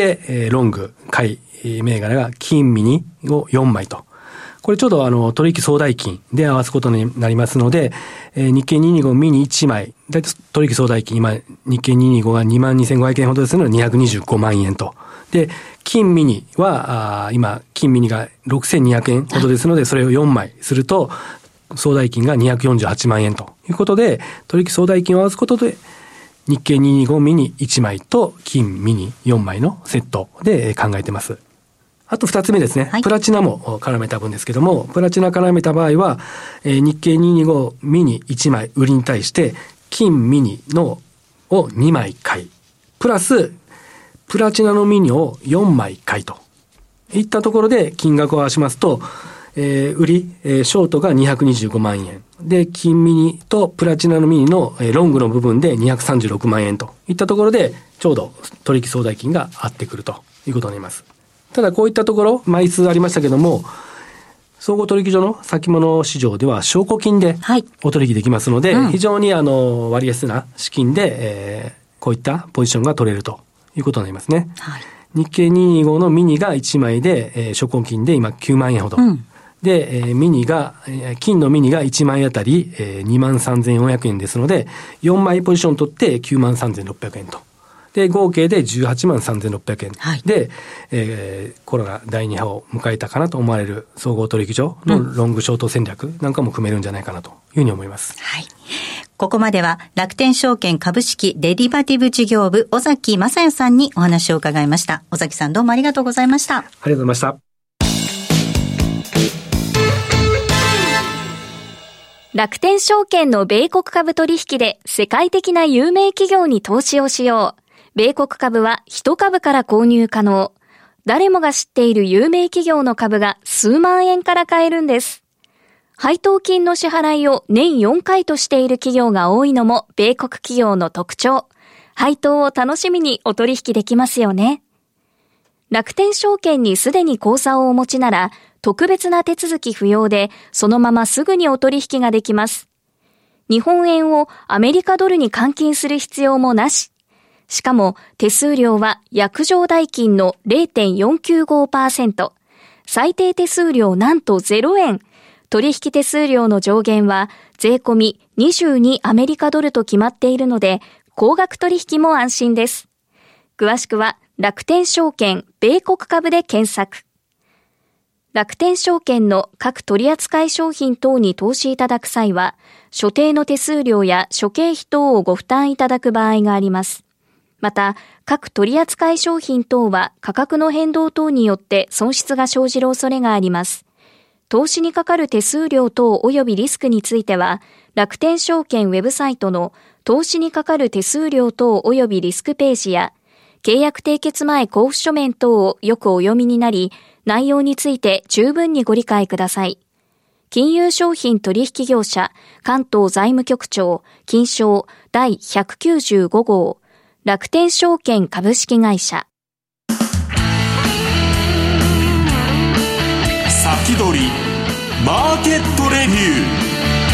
ロング買い銘柄が金ミニを4枚と。これちょうど取引総代金で合わすことになりますので、日経225ミニ1枚、だいたい取引総代金、今、日経225が 22,500 円ほどですので225万円と。で、金ミニは、今、金ミニが 6,200 円ほどですので、それを4枚すると、総代金が248万円ということで、取引総代金を合わすことで、日経225ミニ1枚と金ミニ4枚のセットで考えてます。あと2つ目ですね、プラチナも絡めた分ですけども、プラチナ絡めた場合は、日経225ミニ1枚売りに対して、金ミニのを2枚買い、プラス、プラチナのミニを4枚買いといったところで金額を合わしますと、売り、ショートが225万円。で、金ミニとプラチナのミニのロングの部分で236万円といったところで、ちょうど取引総代金が合ってくるということになります。ただこういったところ、枚数ありましたけども、総合取引所の先物市場では証拠金でお取引できますので、非常に割安な資金で、こういったポジションが取れるということになりますね。日経225のミニが1枚で、証拠金で今9万円ほど。で、金のミニが1枚あたり、23,400 円ですので、4枚ポジション取って93,600 円と。で、合計で183,600円。で、コロナ第2波を迎えたかなと思われる総合取引所のロングショート戦略なんかも組めるんじゃないかなというふうに思います。 ここまでは楽天証券株式デリバティブ事業部尾崎正也さんにお話を伺いました。尾崎さん、どうもありがとうございました。 ありがとうございました。 楽天証券の米国株取引で世界的な有名企業に投資をしよう。米国株は1株から購入可能。誰もが知っている有名企業の株が数万円から買えるんです。配当金の支払いを年4回としている企業が多いのも米国企業の特徴。配当を楽しみにお取引できますよね。楽天証券にすでに口座をお持ちなら、特別な手続き不要で、そのまますぐにお取引ができます。日本円をアメリカドルに換金する必要もなし。しかも手数料は約定代金の 0.495%。最低手数料なんと0円。取引手数料の上限は税込み22アメリカドルと決まっているので、高額取引も安心です。詳しくは楽天証券米国株で検索。楽天証券の各取扱商品等に投資いただく際は、所定の手数料や諸経費等をご負担いただく場合があります。また、各取扱商品等は価格の変動等によって損失が生じる恐れがあります。投資にかかる手数料等及びリスクについては、楽天証券ウェブサイトの投資にかかる手数料等及びリスクページや、契約締結前交付書面等をよくお読みになり、内容について十分にご理解ください。金融商品取引業者関東財務局長金商第195号楽天証券株式会社。 先取りマーケットレビュー。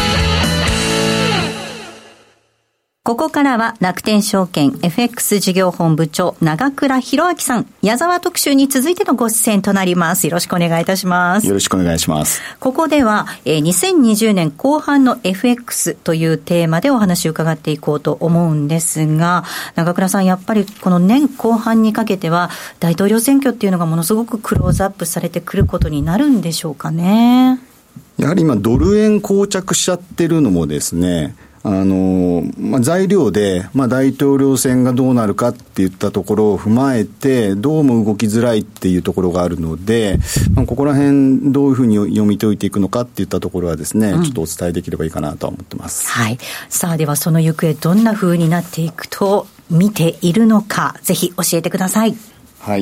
ここからは楽天証券 FX 事業本部長長倉弘明さん、矢沢特集に続いてのご出演となります。よろしくお願いいたします。 よろしくお願いします。 ここでは2020年後半の FX というテーマでお話を伺っていこうと思うんですが、長倉さん、やっぱりこの年後半にかけては大統領選挙っていうのがものすごくクローズアップされてくることになるんでしょうかね。 やはり今ドル円膠着しちゃってるのもですね、材料で、大統領選がどうなるかっていったところを踏まえて、どうも動きづらいっていうところがあるので、ここら辺どういうふうに読み解いていくのかっていったところはですね、ちょっとお伝えできればいいかなと思ってます。 はい。さあ、ではその行方どんなふうになっていくと見ているのか、ぜひ教えてください。 はい。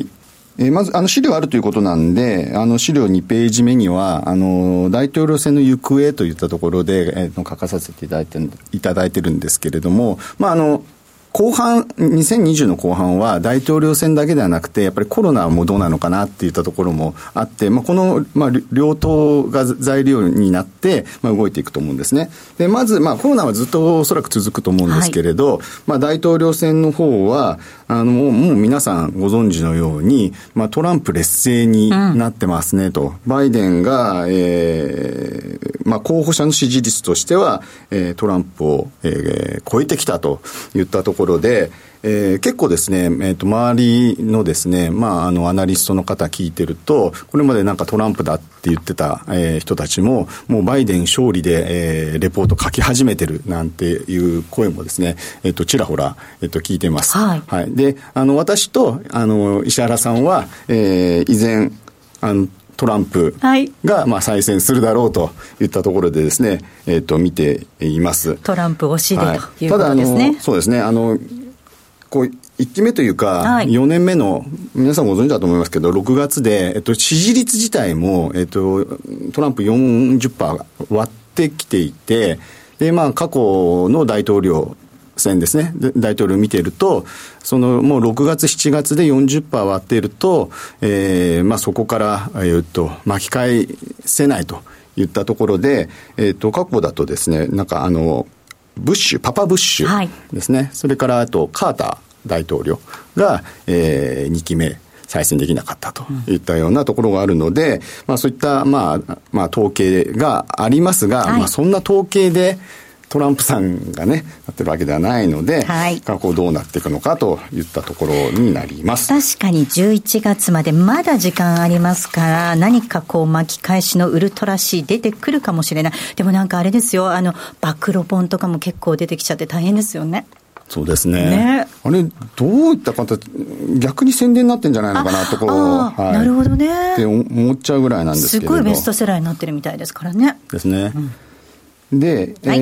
まず資料あるということなんで、資料2ページ目には大統領選の行方といったところで、書かさせていただいてるんですけれども、後半、2020の後半は大統領選だけではなくて、やっぱりコロナもどうなのかなっていったところもあって、この、両党が材料になって、動いていくと思うんですね。で、まず、コロナはずっとおそらく続くと思うんですけれど、大統領選の方は、もう皆さんご存知のように、トランプ劣勢になってますねと。バイデンが、候補者の支持率としては、トランプを、超えてきたといったところで、結構ですね、周りのですね、アナリストの方聞いてると、これまでなんかトランプだって言ってた、人たちも、もうバイデン勝利で、レポート書き始めてるなんていう声もですね、ちらほら、聞いてます。はい。はい。で、私と、石原さんは、以前、トランプが再選するだろうといったところでですね、見ています。 トランプ推しでということですね。 ただそうですね、こう1期目というか、4年目の皆さんご存知だと思いますけど、6月で、支持率自体も、トランプ 40% 割ってきていて、で、過去の大統領選ですね、大統領を見ていると、もう6月、7月で 40% 割っていると、そこから、巻き返せないといったところで、過去だとですね、なんかパパブッシュですね、はい、それからあとカーター大統領が、2期目再選できなかったといったようなところがあるので、そういった、統計がありますが、はい、そんな統計でトランプさんがね、なってるわけではないので、はい、過去どうなっていくのかといったところになります。 確かに11月までまだ時間ありますから、何か巻き返しのウルトラ C 出てくるかもしれない。でもなんかあれですよ、暴露本とかも結構出てきちゃって大変ですよね。 そうですね。あれ、どういった形、逆に宣伝になってんじゃないのかなとはい、 なるほどね。 って思っちゃうぐらいなんですけれど。 すごいベストセラーになってるみたいですからね。 ですね。で、はい、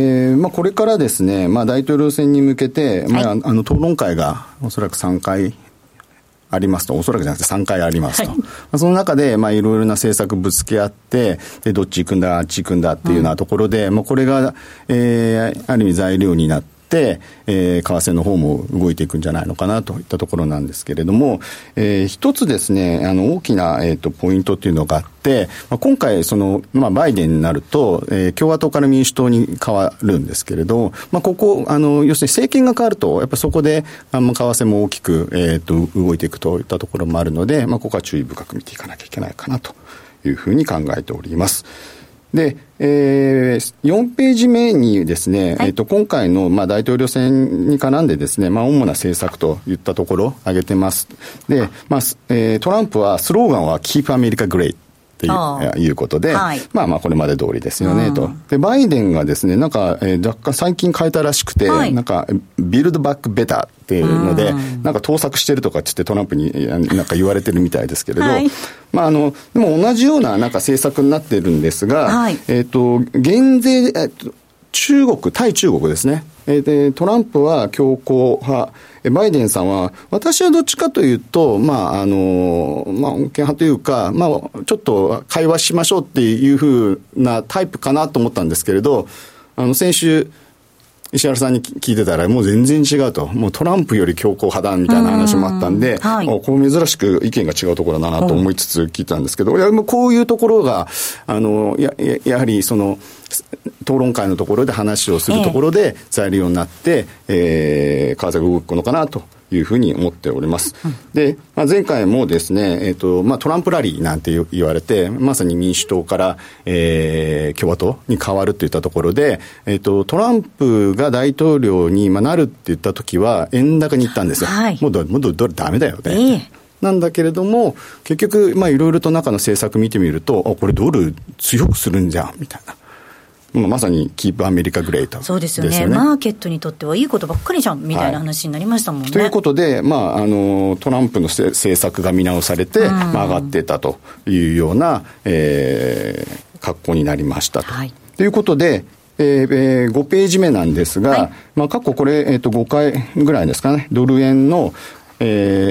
これからですね、大統領選に向けて、はい、討論会がおそらく3回ありますと、おそらくじゃなくて3回ありますと。はい、その中で、いろいろな政策ぶつけ合って、で、どっち行くんだ、あっち行くんだっていうようなところで、これが、ある意味材料になって、為替の方も動いていくんじゃないのかなといったところなんですけれども、一つですね、大きな、ポイントっていうのがあって、今回バイデンになると、共和党から民主党に変わるんですけれど、ここ、要するに政権が変わると、やっぱりそこで、為替も大きく、動いていくといったところもあるので、ここは注意深く見ていかなきゃいけないかなというふうに考えております。で、4ページ目にですね、はい、今回の、大統領選に絡んでですね、主な政策といったところを挙げてます。で、トランプはスローガンは Keep America Greatっていうことで、はい、これまで通りですよね、と。で、バイデンがですね、なんか、若干最近変えたらしくて、はい、なんか、Build Back Betterっていうので、なんか盗作してるとかって言ってトランプになんか言われてるみたいですけれど、はい、でも同じようななんか政策になってるんですが、はい、減税、対中国ですね。で、トランプは強硬派、バイデンさんは、私はどっちかというと、穏健派というか、ちょっと会話しましょうっていうふうなタイプかなと思ったんですけれど、先週、石原さんに聞いてたらもう全然違うと、もうトランプより強硬派だみたいな話もあったんで、はい、こう珍しく意見が違うところだなと思いつつ聞いたんですけど、こういうところがやはり討論会のところで話をするところで材料になって、為替が動くのかなというふうに思っております。で、前回もですね、トランプラリーなんて言われて、まさに民主党から、共和党に変わるといったところで、トランプが大統領になるって言った時は円高に行ったんですよ。はい、もうドルダメだよね。なんだけれども、結局、いろいろと中の政策見てみると、これドル強くするんじゃん、みたいな。まさにキープアメリカグレート、 そうですよね。マーケットにとってはいいことばっかりじゃんみたいな話になりましたもんね。 ということで、トランプの政策が見直されて、上がってたというような、格好になりましたと。はい、ということで、5ページ目なんですが、はい、過去これ、5回ぐらいですかね、ドル円の、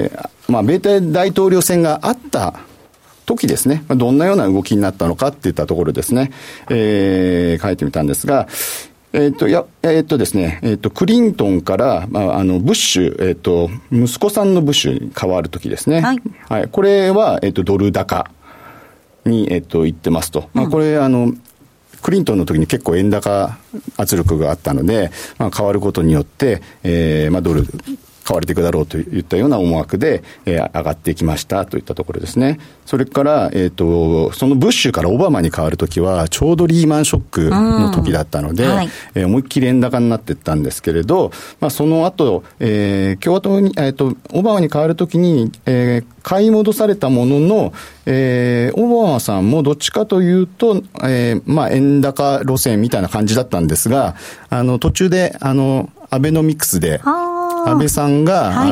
米大統領選があった時ですね、どんなような動きになったのかっていったところですね、書いてみたんですが、ですね、クリントンから、ブッシュ、息子さんのブッシュに変わるときですね。はい。はい。これは、ドル高に、言ってますと。これ、クリントンの時に結構円高圧力があったので、変わることによって、ドル、買われていくだろうといったような思惑で、上がってきましたといったところですね。それから、そのブッシュからオバマに変わるときは、ちょうどリーマンショックの時だったので、はい、思いっきり円高になっていったんですけれど、その後、共和党に、オバマに変わるときに、買い戻されたものの、オバマさんもどっちかというと、円高路線みたいな感じだったんですが、途中で、アベノミクスで、安倍さんが、はい、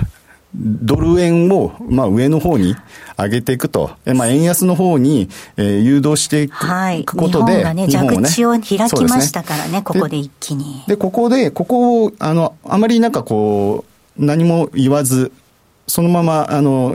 ドル円を、上の方に上げていくと、円安の方に、誘導していくことで、 日本がね、蛇口を開きましたからね、ここで一気に。 で、ここを、あまり何も言わず、そのまま、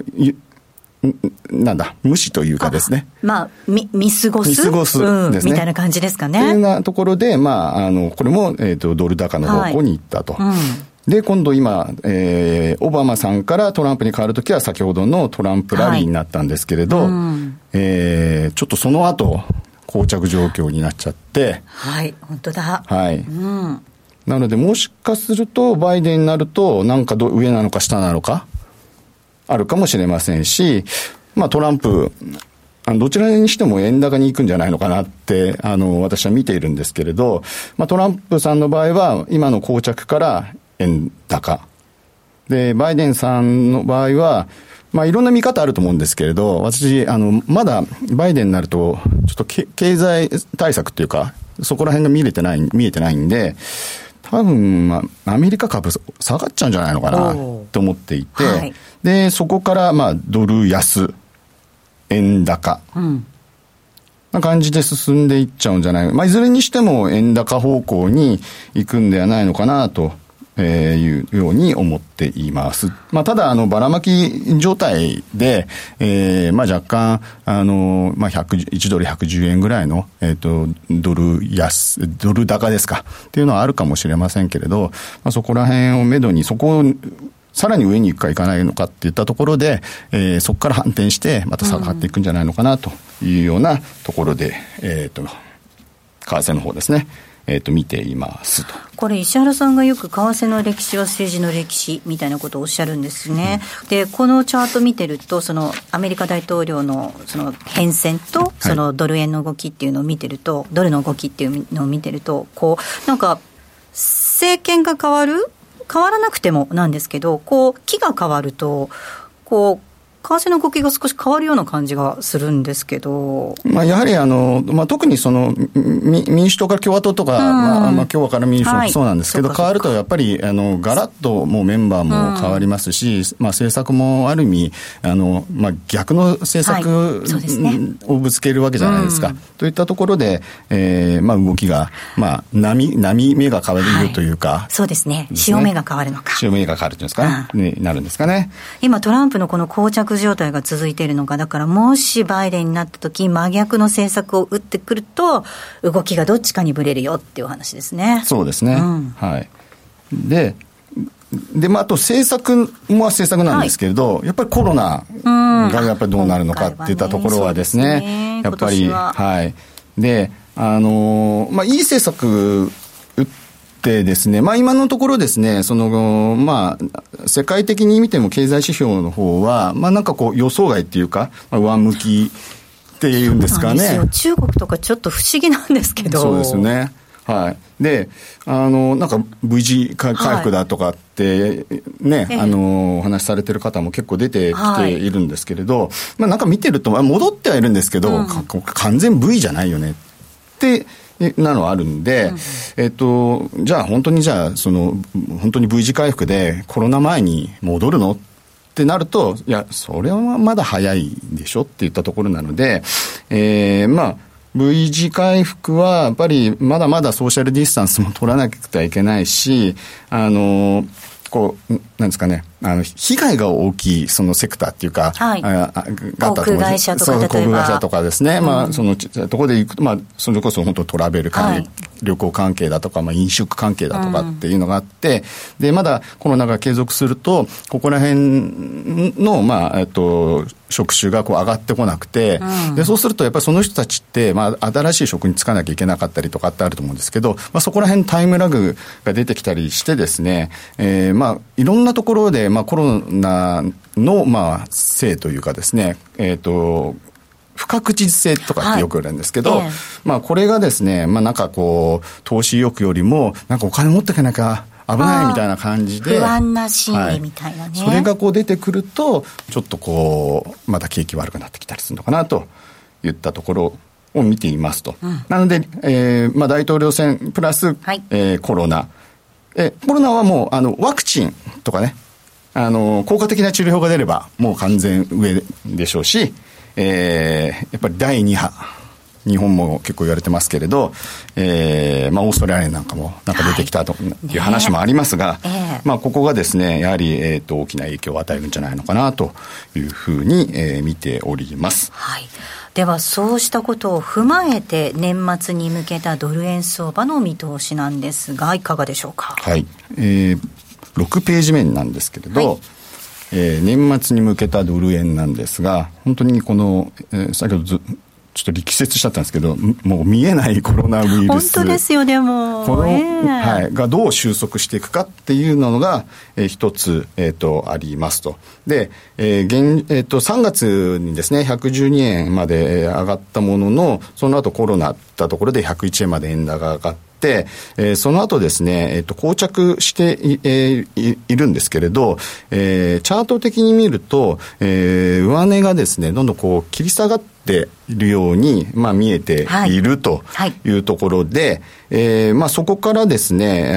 無視というかですね。 見過ごすですね。みたいな感じですかね。 というようなところで、これも、ドル高の方向に行ったと。はい、で、今度今、オバマさんからトランプに変わるときは先ほどのトランプラリーになったんですけれど、ちょっとその後、膠着状況になっちゃって。 はい、本当だ。 はい。なので、もしかすると、バイデンになると、上なのか下なのか、あるかもしれませんし、トランプ、どちらにしても円高に行くんじゃないのかなって、私は見ているんですけれど、トランプさんの場合は、今の膠着から円高。で、バイデンさんの場合は、いろんな見方あると思うんですけれど、私、まだバイデンになると、ちょっと経済対策っていうか、そこら辺が見えてないんで、多分、アメリカ株下がっちゃうんじゃないのかなと思っていて、はい、で、そこから、ドル安、円高、な感じで進んでいっちゃうんじゃない。いずれにしても円高方向に行くんではないのかなと。いうように思っています。ただ、ばらまき状態で、若干、1ドル110円ぐらいの、ドル高ですか、っていうのはあるかもしれませんけれど、そこら辺をめどに、そこを、さらに上に行くか行かないのかっていったところで、そこから反転して、また下がっていくんじゃないのかな、というようなところで、為替の方ですね。見ていますと。 これ石原さんがよく為替の歴史は政治の歴史みたいなことをおっしゃるんですね。で、このチャート見てると、そのアメリカ大統領のその変遷とそのドル円の動きっていうのを見てると、ドルの動きっていうのを見てると、政権が変わらなくてもなんですけど、期が変わると為替の動きが少し変わるような感じがするんですけど、 やはり特にその民主党から共和党とか、共和から民主党もそうなんですけど、変わるとやっぱりガラッともうメンバーも変わりますし、政策もある意味逆の政策をぶつけるわけじゃないですか。といったところで、動きが波目が変わるというか、 そうですね。潮目が変わるのか。 潮目が変わるというんですかね、なるんですかね。 今トランプのこの膠着状態が続いているのか、だからもしバイデンになった時真逆の政策を打ってくると動きがどっちかにぶれるよっていう話ですね。 そうですね、はい。であと政策も政策なんですけれど、やっぱりコロナがやっぱりどうなるのかっていったところはですね、やっぱりはい。でいい政策でですね、今のところですね、世界的に見ても経済指標の方は、予想外っていうか、上向きっていうんですかね。そうなんですよ。中国とかちょっと不思議なんですけど。 そうですね。はい。で、V 字回復だとかってね、お話しされてる方も結構出てきているんですけれど、見てると、戻ってはいるんですけど、完全 V じゃないよねってなのはあるんで、じゃあ本当に本当に V 字回復でコロナ前に戻るのってなると、いや、それはまだ早いでしょっていったところなので、V 字回復はやっぱりまだまだソーシャルディスタンスも取らなきゃいけないし、 こうなんですかね、被害が大きいそのセクターっていうか、 はい、 があったと思うんです。 航空会社とか、例えば航空会社とかですね、そのところで行くと、それこそ本当トラベル関係、旅行関係だとか、飲食関係だとかっていうのがあって、でまだコロナが継続するとここら辺の職種がこう上がってこなくて、でそうするとやっぱりその人たちって、新しい職に就かなきゃいけなかったりとかってあると思うんですけど、そこら辺タイムラグが出てきたりしてですね、いろんなところで、コロナのせいというかですね、不確実性とかってよく言うんですけど、これがですね、なんかこう投資意欲よりもなんかお金持っていかなきゃ危ないみたいな感じで不安な心理みたいなね、 それがこう出てくるとちょっとこうまた景気悪くなってきたりするのかなといったところを見ていますと、なので、大統領選プラス、コロナ、コロナはもうワクチンとかね、効果的な治療法が出ればもう完全上でしょうし、やっぱり第2波、日本も結構言われてますけれど、オーストラリアなんかもなんか出てきたという話もありますが、ここがですねやはり、大きな影響を与えるんじゃないのかなというふうに、見ております。 はい、ではそうしたことを踏まえて年末に向けたドル円相場の見通しなんですがいかがでしょうか。 はい、6ページ目なんですけれど、年末に向けたドル円なんですが、本当にこの、先ほどちょっと力説しちゃったんですけど、もう見えないコロナウイルス、 本当ですよ。でもこの、がどう収束していくかっていうのが、一つ、ありますと。で、3月にですね112円まで上がったものの、その後コロナあったところで101円まで円高が上がって、その後ですね、膠着して いるんですけれど、チャート的に見ると、上値がですねどんどんこう切り下がっているように、見えているというところで、そこからですね、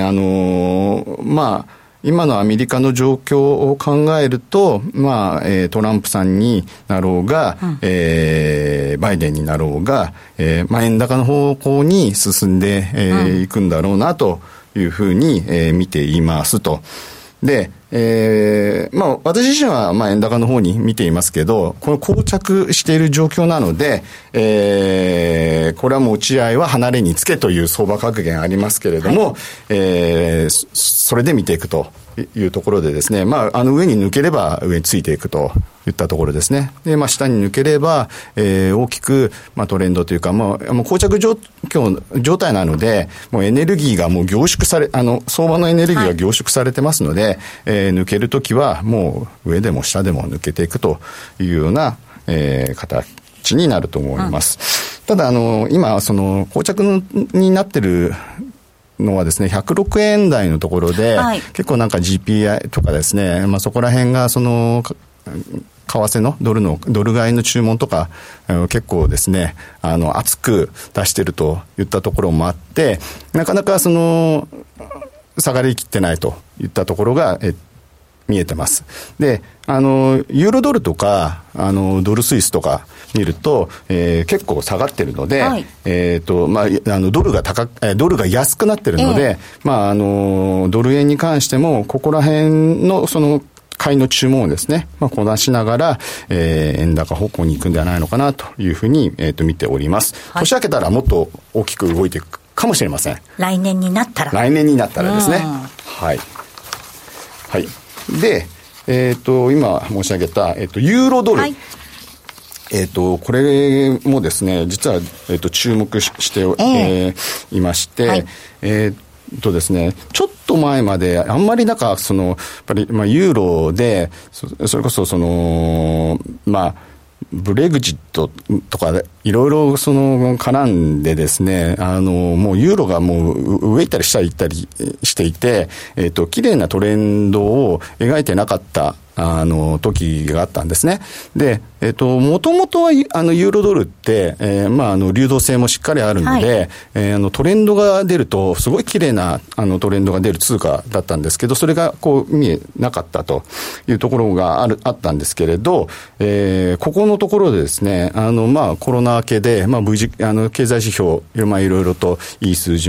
今のアメリカの状況を考えると、トランプさんになろうが、バイデンになろうが、円高の方向に進んでいくんだろうなというふうに見ていますと。で、私自身は円高の方に見ていますけど、この膠着している状況なので、これはもう落ち合いは離れにつけという相場格言ありますけれども、それで見ていくというところでですね、上に抜ければ上についていくといったところですね。で、下に抜ければ、大きく、トレンドというか、もう膠着状態なので、もうエネルギーがもう凝縮され、相場のエネルギーが凝縮されてますので、抜けるときはもう上でも下でも抜けていくというような、形になると思います。ただ、今、その、膠着になってるのはですね、106円台のところで、結構なんか GPI とかですね、そこら辺がその、為替のドル買いの注文とか結構ですね厚く出してるといったところもあって、なかなかその下がりきってないといったところが見えてます。で、ユーロドルとかドルスイスとか見ると、結構下がってるので、ドルが安くなってるので、ドル円に関してもここら辺のその買いの注文をですね、こなしながら、円高方向に行くんではないのかなというふうに、見ております。年明けたらもっと大きく動いていくかもしれません。 来年になったらですね。はい。はい。で、今申し上げた、ユーロドル。これもですね、実は、注目していまして、ですね、ちょっと前まであんまりなんかそのやっぱりユーロでそれこそそのブレグジットとかいろいろその絡んでですね、もうユーロがもう上行ったり下行ったりしていて、綺麗なトレンドを描いてなかった時があったんですね。で、もともとはユーロドルって、流動性もしっかりあるので、トレンドが出るとすごい綺麗なトレンドが出る通貨だったんですけど、それがこう見えなかったというところがあったんですけれど、ここのところでですね、コロナ明けで、経済指標いろいろといい数字も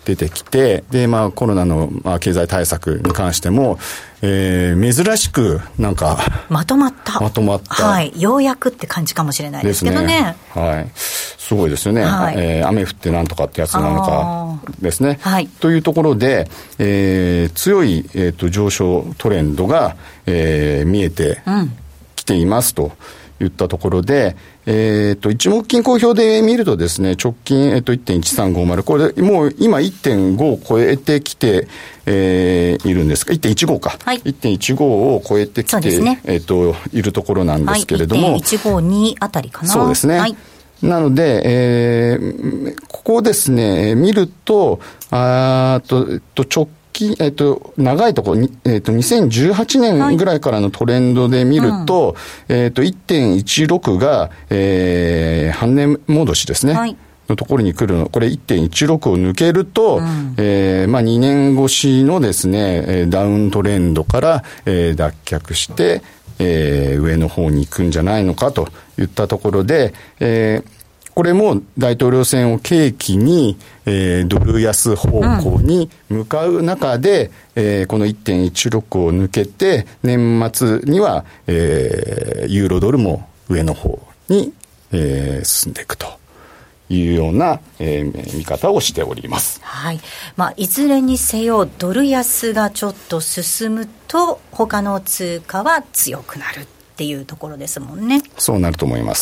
出てきて、で、コロナの、経済対策に関しても、珍しくなんかまとまった、はい、ようやくって感じかもしれないですけどね。 はい、すごいですよね。はい、雨降ってなんとかってやつなのかですね。はい、というところで、強い、上昇トレンドが、見えてきていますといったところで、一目金公表で見るとですね、直近、1.1350、これもう今 1.5 を超えてきて、いるんですか、1.15 か、はい、1.15 を超えてきて、ね、いるところなんですけれども、 はい、1.152 あたりかな。 そうですね。はい、なので、ここをですね、見ると、直近、長いところに、2018年ぐらいからのトレンドで見ると、1.16 が、半年戻しですね。はい、のところに来るの、これ 1.16 を抜けると、2年越しのですね、ダウントレンドから、脱却して、上の方に行くんじゃないのかといったところで、これも大統領選を契機に、ドル安方向に向かう中で、この 1.16 を抜けて、年末には、ユーロドルも上の方に、進んでいくというような、見方をしております。 はい。いずれにせよドル安がちょっと進むと他の通貨は強くなるっていうところですもんね。 そうなると思います。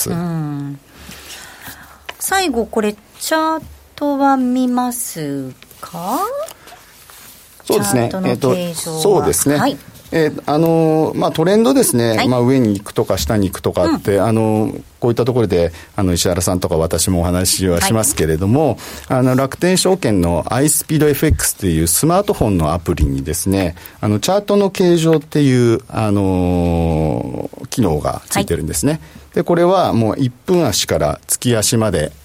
最後これチャートは見ますか？ そうですね。 チャートの形状は、 そうですね。はい。トレンドですね、はい、上に行くとか下に行くとかって、こういったところで石原さんとか私もお話はしますけれども、はい、楽天証券の iSpeedFX っていうスマートフォンのアプリにですね、チャートの形状っていう機能がついてるんですね。はい、でこれはもう1分足から月足まで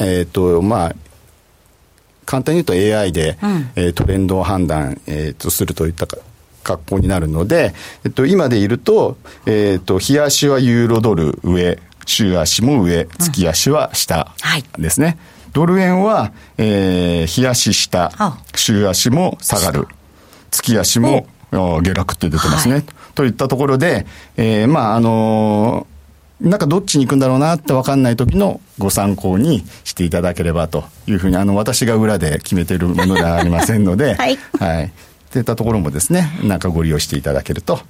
簡単に言うと AI で、トレンドを判断、するといった格好になるので、今でいると、日足はユーロドル上、週足も上、月足は下ですね。はい、ドル円は、日足下、週足も下がる、月足も下落って出てますね。はい、といったところで、なんかどっちに行くんだろうなって分かんない時のご参考にしていただければというふうに、私が裏で決めているものではありませんので、はい。はい。といったところもですね、なんかご利用していただけると、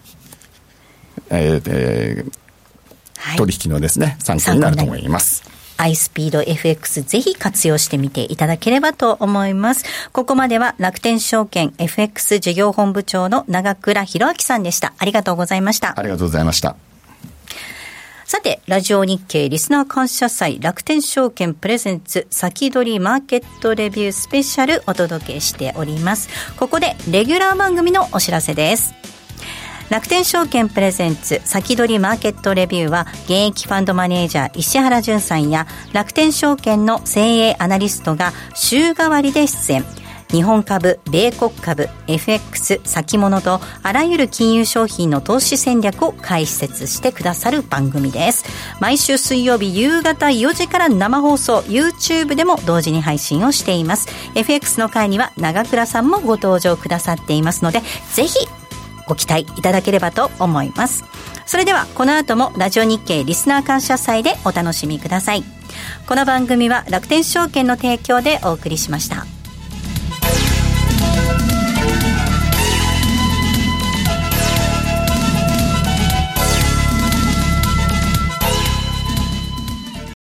取引のですね、参考になると思います。 iSpeedFX ぜひ活用してみていただければと思います。ここまでは楽天証券 FX 事業本部長の長倉博明さんでした。ありがとうございました。 ありがとうございました。 さて、ラジオ日経リスナー感謝祭楽天証券プレゼンツ先取りマーケットレビュースペシャルお届けしております。ここでレギュラー番組のお知らせです。楽天証券プレゼンツ先取りマーケットレビューは現役ファンドマネージャー石原淳さんや楽天証券の精鋭アナリストが週替わりで出演。日本株、米国株、FX、先物とあらゆる金融商品の投資戦略を解説してくださる番組です。毎週水曜日夕方4時から生放送、YouTube でも同時に配信をしています。FX の会には長倉さんもご登場くださっていますので、ぜひご期待いただければと思います。それではこの後もラジオ日経リスナー感謝祭でお楽しみください。この番組は楽天証券の提供でお送りしました。